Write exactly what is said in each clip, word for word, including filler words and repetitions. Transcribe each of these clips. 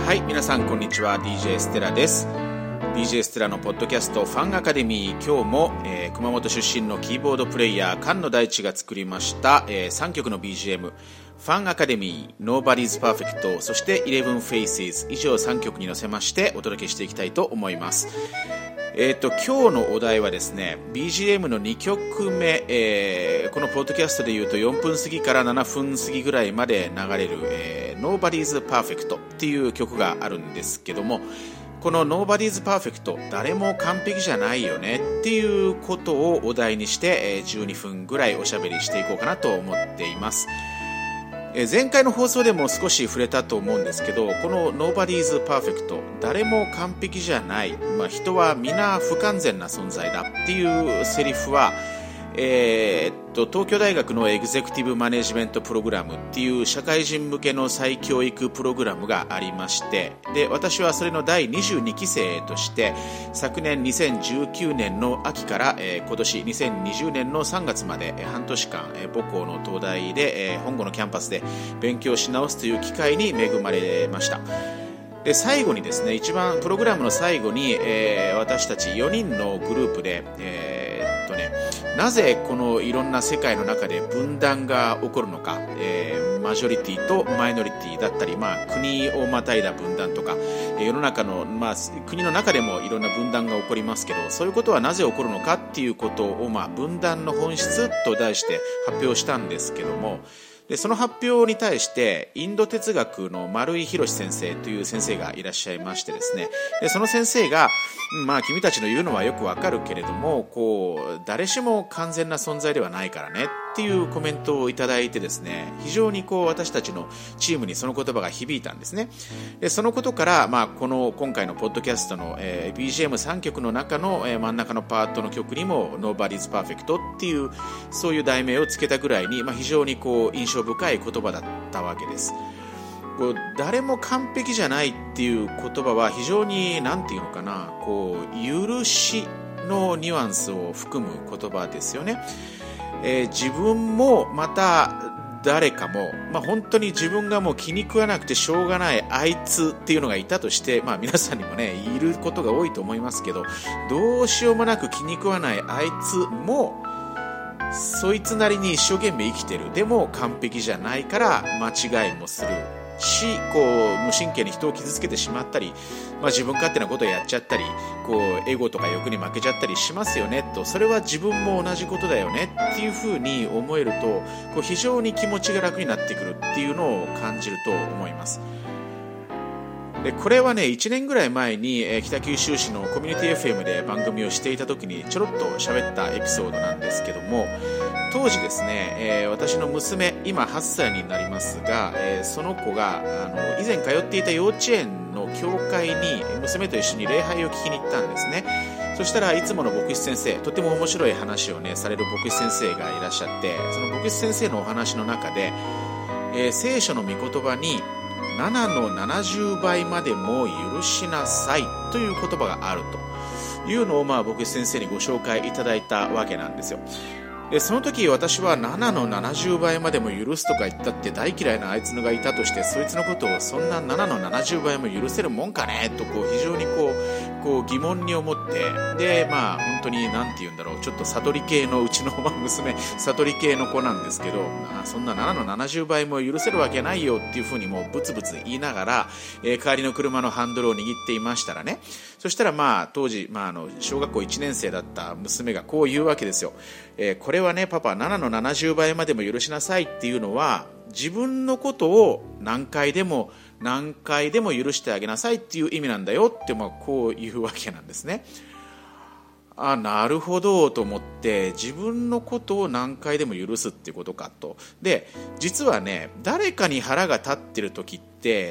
はい、皆さんこんにちは。 ディージェー ステラです。 ディージェー ステラのポッドキャストファンアカデミー、今日も、えー、熊本出身のキーボードプレイヤー菅野大地が作りました、えー、さんきょくの ビージーエム、 ファンアカデミー、 Nobody's Perfect、 そして Eleven Faces、 以上さんきょくに乗せましてお届けしていきたいと思います。えー、と今日のお題はですね、 ビージーエム のにきょくめ、えー、このポッドキャストでいうとよんぷん過ぎからななふん過ぎぐらいまで流れる、えー、Nobody's Perfect っていう曲があるんですけども、この Nobody's Perfect、 誰も完璧じゃないよねっていうことをお題にして、えー、じゅうにふんぐらいおしゃべりしていこうかなと思っています。前回の放送でも少し触れたと思うんですけど、この Nobody's Perfect、 誰も完璧じゃない、まあ、人は皆不完全な存在だっていうセリフは、えー、っと東京大学のエグゼクティブマネジメントプログラムっていう社会人向けの再教育プログラムがありまして、で私はそれのだいにじゅうにき生として昨年にせんじゅうきゅうねんの秋から、えー、今年にせんにじゅうねんのさんがつまで、えー、半年間、えー、母校の東大で、えー、本郷のキャンパスで勉強し直すという機会に恵まれました。で最後にですね、一番プログラムの最後に、えー、私たちよにんのグループで、えーっとね、なぜこのいろんな世界の中で分断が起こるのか、えー、マジョリティとマイノリティだったり、まあ、国をまたいだ分断とか、世の中の、まあ、国の中でもいろんな分断が起こりますけど、そういうことはなぜ起こるのかっていうことを、まあ、分断の本質と題して発表したんですけども、でその発表に対してインド哲学の丸井博先生という先生がいらっしゃいましてですね、でその先生が、まあ、君たちの言うのはよくわかるけれども、こう誰しも完全な存在ではないからねっていうコメントをいただいてですね、非常にこう私たちのチームにその言葉が響いたんですね。でそのことから、まあ、この今回のポッドキャストの、えー、ビージーエムさんきょくの中の、えー、真ん中のパートの曲にも Nobody's Perfect っていうそういう題名をつけたぐらいに、まあ、非常にこう印象深い言葉だったわけです。こう誰も完璧じゃないっていう言葉は非常に何て言うのかな、こう許しのニュアンスを含む言葉ですよね。えー、自分もまた誰かも、まあ、本当に自分がもう気に食わなくてしょうがないあいつっていうのがいたとして、まあ、皆さんにもねいることが多いと思いますけど、どうしようもなく気に食わないあいつもそいつなりに一生懸命生きてる。でも完璧じゃないから間違いもするし、こう無神経に人を傷つけてしまったり、まあ、自分勝手なことをやっちゃったり、こうエゴとか欲に負けちゃったりしますよねと、それは自分も同じことだよねっていうふうに思えると、こう非常に気持ちが楽になってくるっていうのを感じると思います。でこれはねいちねんぐらい前に、えー、北九州市のコミュニティ エフエム で番組をしていた時にちょろっと喋ったエピソードなんですけども、当時ですね、えー、私の娘今はっさいになりますが、えー、その子があの以前通っていた幼稚園の教会に娘と一緒に礼拝を聞きに行ったんですね。そしたらいつもの牧師先生、とても面白い話をねされる牧師先生がいらっしゃって、その牧師先生のお話の中で、えー、聖書の御言葉にななのななじゅうばいまでも許しなさいという言葉があるというのを、まあ、牧師先生にご紹介いただいたわけなんですよ。でその時私はななのななじゅうばいまでも許すとか言ったって大嫌いなあいつのがいたとして、そいつのことをそんなななのななじゅうばいも許せるもんかねとこう非常にこう、こう疑問に思って、でまあ本当に何て言うんだろう、ちょっと悟り系のうちの、まあ、娘悟り系の子なんですけど、まあ、そんなななのななじゅうばいも許せるわけないよっていうふうにもうブツブツ言いながら、えー、帰りの車のハンドルを握っていましたらね、そしたらまあ当時、まあ、あの小学校いちねん生だった娘がこう言うわけですよ。えー、これはねパパななのななじゅうばいまでも許しなさいっていうのは、自分のことを何回でも何回でも許してあげなさいっていう意味なんだよって、まあ、こういうわけなんですね。あ、なるほどと思って、自分のことを何回でも許すっていうことかと。で実はね、誰かに腹が立ってる時って、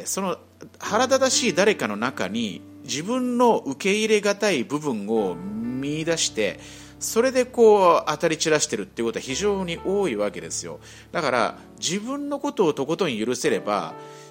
その腹立たしい誰かの中に自分の受け入れがたい部分を見出して、それでこう当たり散らしてるっていうことは非常に多いわけですよ。だから自分のことをとことん許せれば、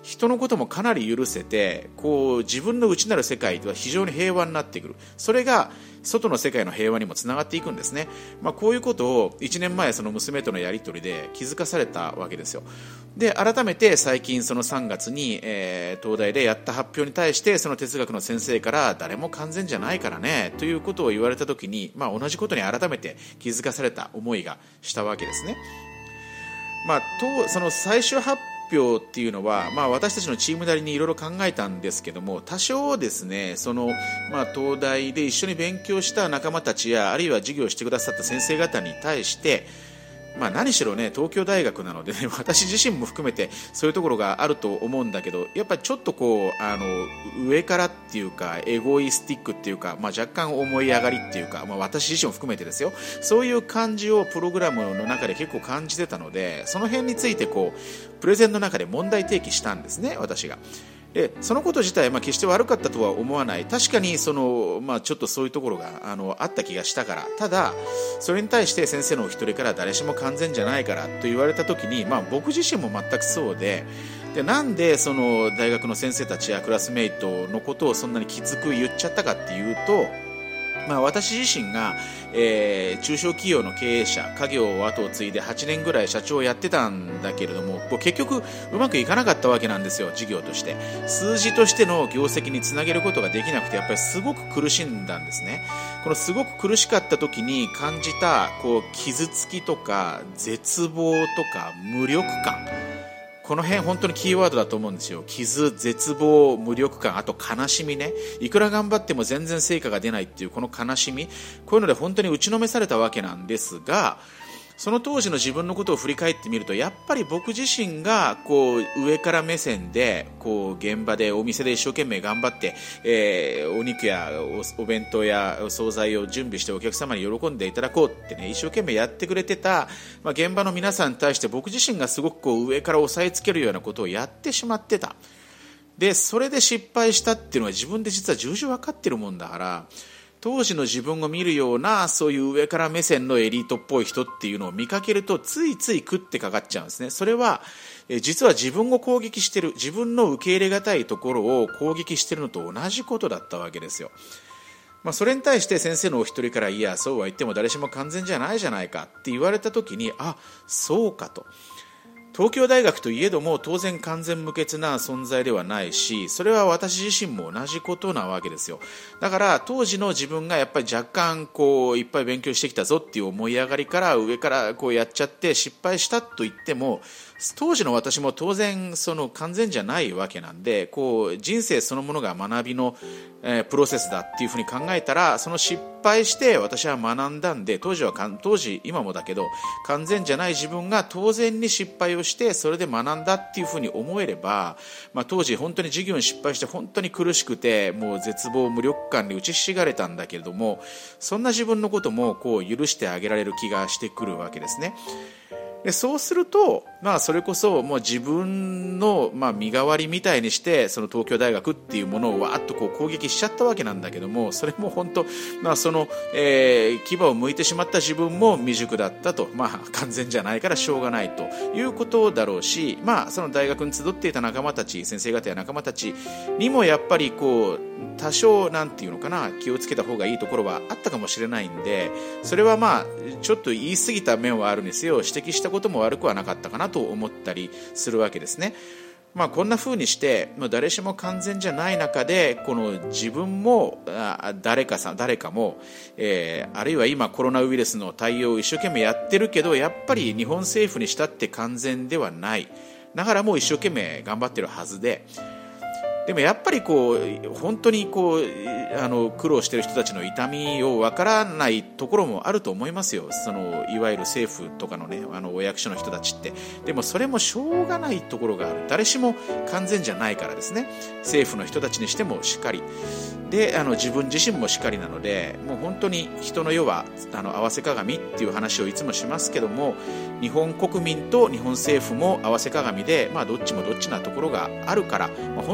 人のこともかなり許せて、こう自分の内なる世界では非常に平和になってくる。それが外の世界の平和にもつながっていくんですね。まあ、こういうことをいちねんまえその娘とのやり取りで気づかされたわけですよ。で改めて最近そのさんがつに、えー、東大でやった発表に対してその哲学の先生から誰も完全じゃないからねということを言われた時に、まあ、同じことに改めて気づかされた思いがしたわけですね。まあ、とその最終発表っていうのは、まあ、私たちのチームなりにいろいろ考えたんですけども、多少ですねその、まあ、東大で一緒に勉強した仲間たちやあるいは授業をしてくださった先生方に対して、まあ、何しろね東京大学なので、ね、私自身も含めてそういうところがあると思うんだけど、やっぱりちょっとこうあの上からっていうかエゴイスティックっていうか、まあ、若干思い上がりっていうか、まあ、私自身も含めてですよ、そういう感じをプログラムの中で結構感じてたので、その辺についてこうプレゼンの中で問題提起したんですね、私が。でそのこと自体、まあ、決して悪かったとは思わない。確かにその、まあ、ちょっとそういうところが あのあった気がしたから。ただそれに対して先生のお一人から誰しも完全じゃないからと言われた時に、まあ、僕自身も全くそうで、でなんでその大学の先生たちやクラスメイトのことをそんなにきつく言っちゃったかっていうと、まあ、私自身が、えー、中小企業の経営者、家業を後を継いではちねんぐらい社長をやってたんだけれども、こう結局うまくいかなかったわけなんですよ。事業として数字としての業績につなげることができなくて、やっぱりすごく苦しんだんですね。このすごく苦しかった時に感じたこう傷つきとか絶望とか無力感、この辺本当にキーワードだと思うんですよ。傷、絶望、無力感、あと悲しみね。いくら頑張っても全然成果が出ないっていうこの悲しみ、こういうので本当に打ちのめされたわけなんですが、その当時の自分のことを振り返ってみると、やっぱり僕自身がこう上から目線でこう現場でお店で一生懸命頑張って、えー、お肉や お, お弁当や惣菜を準備してお客様に喜んでいただこうってね、一生懸命やってくれてた、まあ、現場の皆さんに対して僕自身がすごくこう上から押さえつけるようなことをやってしまってた。でそれで失敗したっていうのは自分で実は重々分かってるもんだから、当時の自分を見るようなそういう上から目線のエリートっぽい人っていうのを見かけるとついつい食ってかかっちゃうんですね。それはえ実は自分を攻撃してる、自分の受け入れがたいところを攻撃してるのと同じことだったわけですよ。まあ、それに対して先生のお一人から、いやそうは言っても誰しも完全じゃないじゃないかって言われた時に、あ、そうかと。東京大学といえども当然完全無欠な存在ではないし、それは私自身も同じことなわけですよ。だから当時の自分がやっぱり若干こういっぱい勉強してきたぞっていう思い上がりから上からこうやっちゃって失敗したと言っても、当時の私も当然その完全じゃないわけなんで、こう人生そのものが学びの、えー、プロセスだっていうふうに考えたら、その失敗して私は学んだんで、当時は当時今もだけど完全じゃない自分が当然に失敗をしてそれで学んだっていうふうに思えれば、まあ、当時本当に授業に失敗して本当に苦しくてもう絶望無力感に打ちひしがれたんだけれども、そんな自分のこともこう許してあげられる気がしてくるわけですね。でそうすると、まあ、それこそもう自分の、まあ、身代わりみたいにしてその東京大学っていうものをわーっとこう攻撃しちゃったわけなんだけども、それも本当、まあそのえー、牙を向いてしまった自分も未熟だったと、まあ、完全じゃないからしょうがないということだろうし、まあ、その大学に集っていた仲間たち、先生方や仲間たちにもやっぱりこう多少なんていうのかな、気をつけた方がいいところはあったかもしれないんで、それはまあちょっと言い過ぎた面はあるんですよ。指摘したことも悪くはなかったかなと思ったりするわけですね。まあ、こんな風にして誰しも完全じゃない中で、この自分も誰かさ誰かも、えー、あるいは今コロナウイルスの対応を一生懸命やってるけど、やっぱり日本政府にしたって完全ではないながらも一生懸命頑張ってるはずで、でもやっぱりこう本当にこうあの苦労している人たちの痛みをわからないところもあると思いますよ。そのいわゆる政府とかのね、あのお役所の人たちって。でもそれもしょうがないところがある。誰しも完全じゃないからですね。政府の人たちにしてもしっかりで、あの自分自身もしっかりなので、もう本当に人の世はあの合わせ鏡っていう話をいつもしますけども、日本国民と日本政府も合わせ鏡で、まあ、どっちもどっちなところがあるから、まあ、本当に今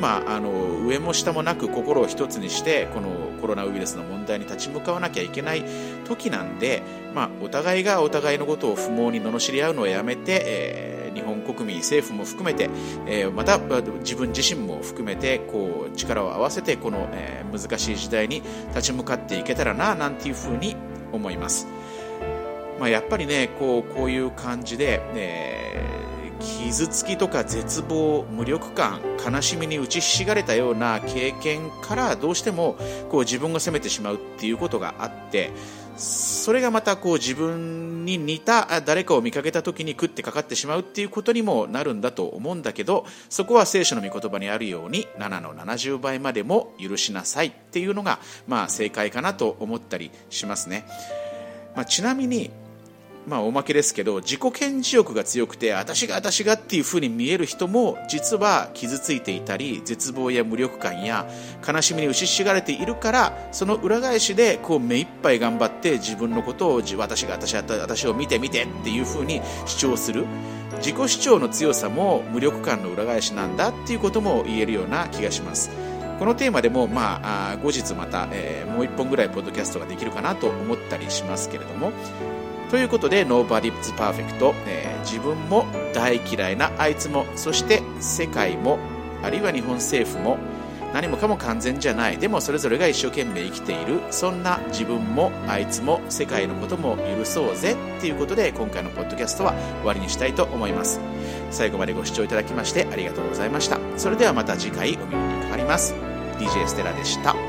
今あの上も下もなく心を一つにしてこのコロナウイルスの問題に立ち向かわなきゃいけない時なんで、まあ、お互いがお互いのことを不毛に罵り合うのをやめて、えー日本国民、政府も含めて、えー、また自分自身も含めてこう力を合わせてこの、えー、難しい時代に立ち向かっていけたらななんていうふうに思います。まあ、やっぱりねこう、こういう感じで、えー、傷つきとか絶望、無力感、悲しみに打ちひしがれたような経験からどうしてもこう自分が責めてしまうっていうことがあって、それがまたこう自分に似た誰かを見かけた時に食ってかかってしまうっていうことにもなるんだと思うんだけど、そこは聖書の御言葉にあるようにななのななじゅうばいまでも許しなさいっていうのがまあ正解かなと思ったりしますね。まあ、ちなみにまあおまけですけど、自己顕示欲が強くて私が私がっていう風に見える人も実は傷ついていたり、絶望や無力感や悲しみに打ちひしがれているから、その裏返しでこう目いっぱい頑張って自分のことを私が私が私を見て見てっていう風に主張する、自己主張の強さも無力感の裏返しなんだっていうことも言えるような気がします。このテーマでも、まあ、あ後日また、えー、もう一本ぐらいポッドキャストができるかなと思ったりしますけれども、ということで Nobody's Perfect、えー、自分も大嫌いなあいつも、そして世界もあるいは日本政府も何もかも完全じゃない、でもそれぞれが一生懸命生きている、そんな自分もあいつも世界のことも許そうぜっていうことで、今回のポッドキャストは終わりにしたいと思います。最後までご視聴いただきましてありがとうございました。それではまた次回お耳にかかります。ディージェー ステラでした。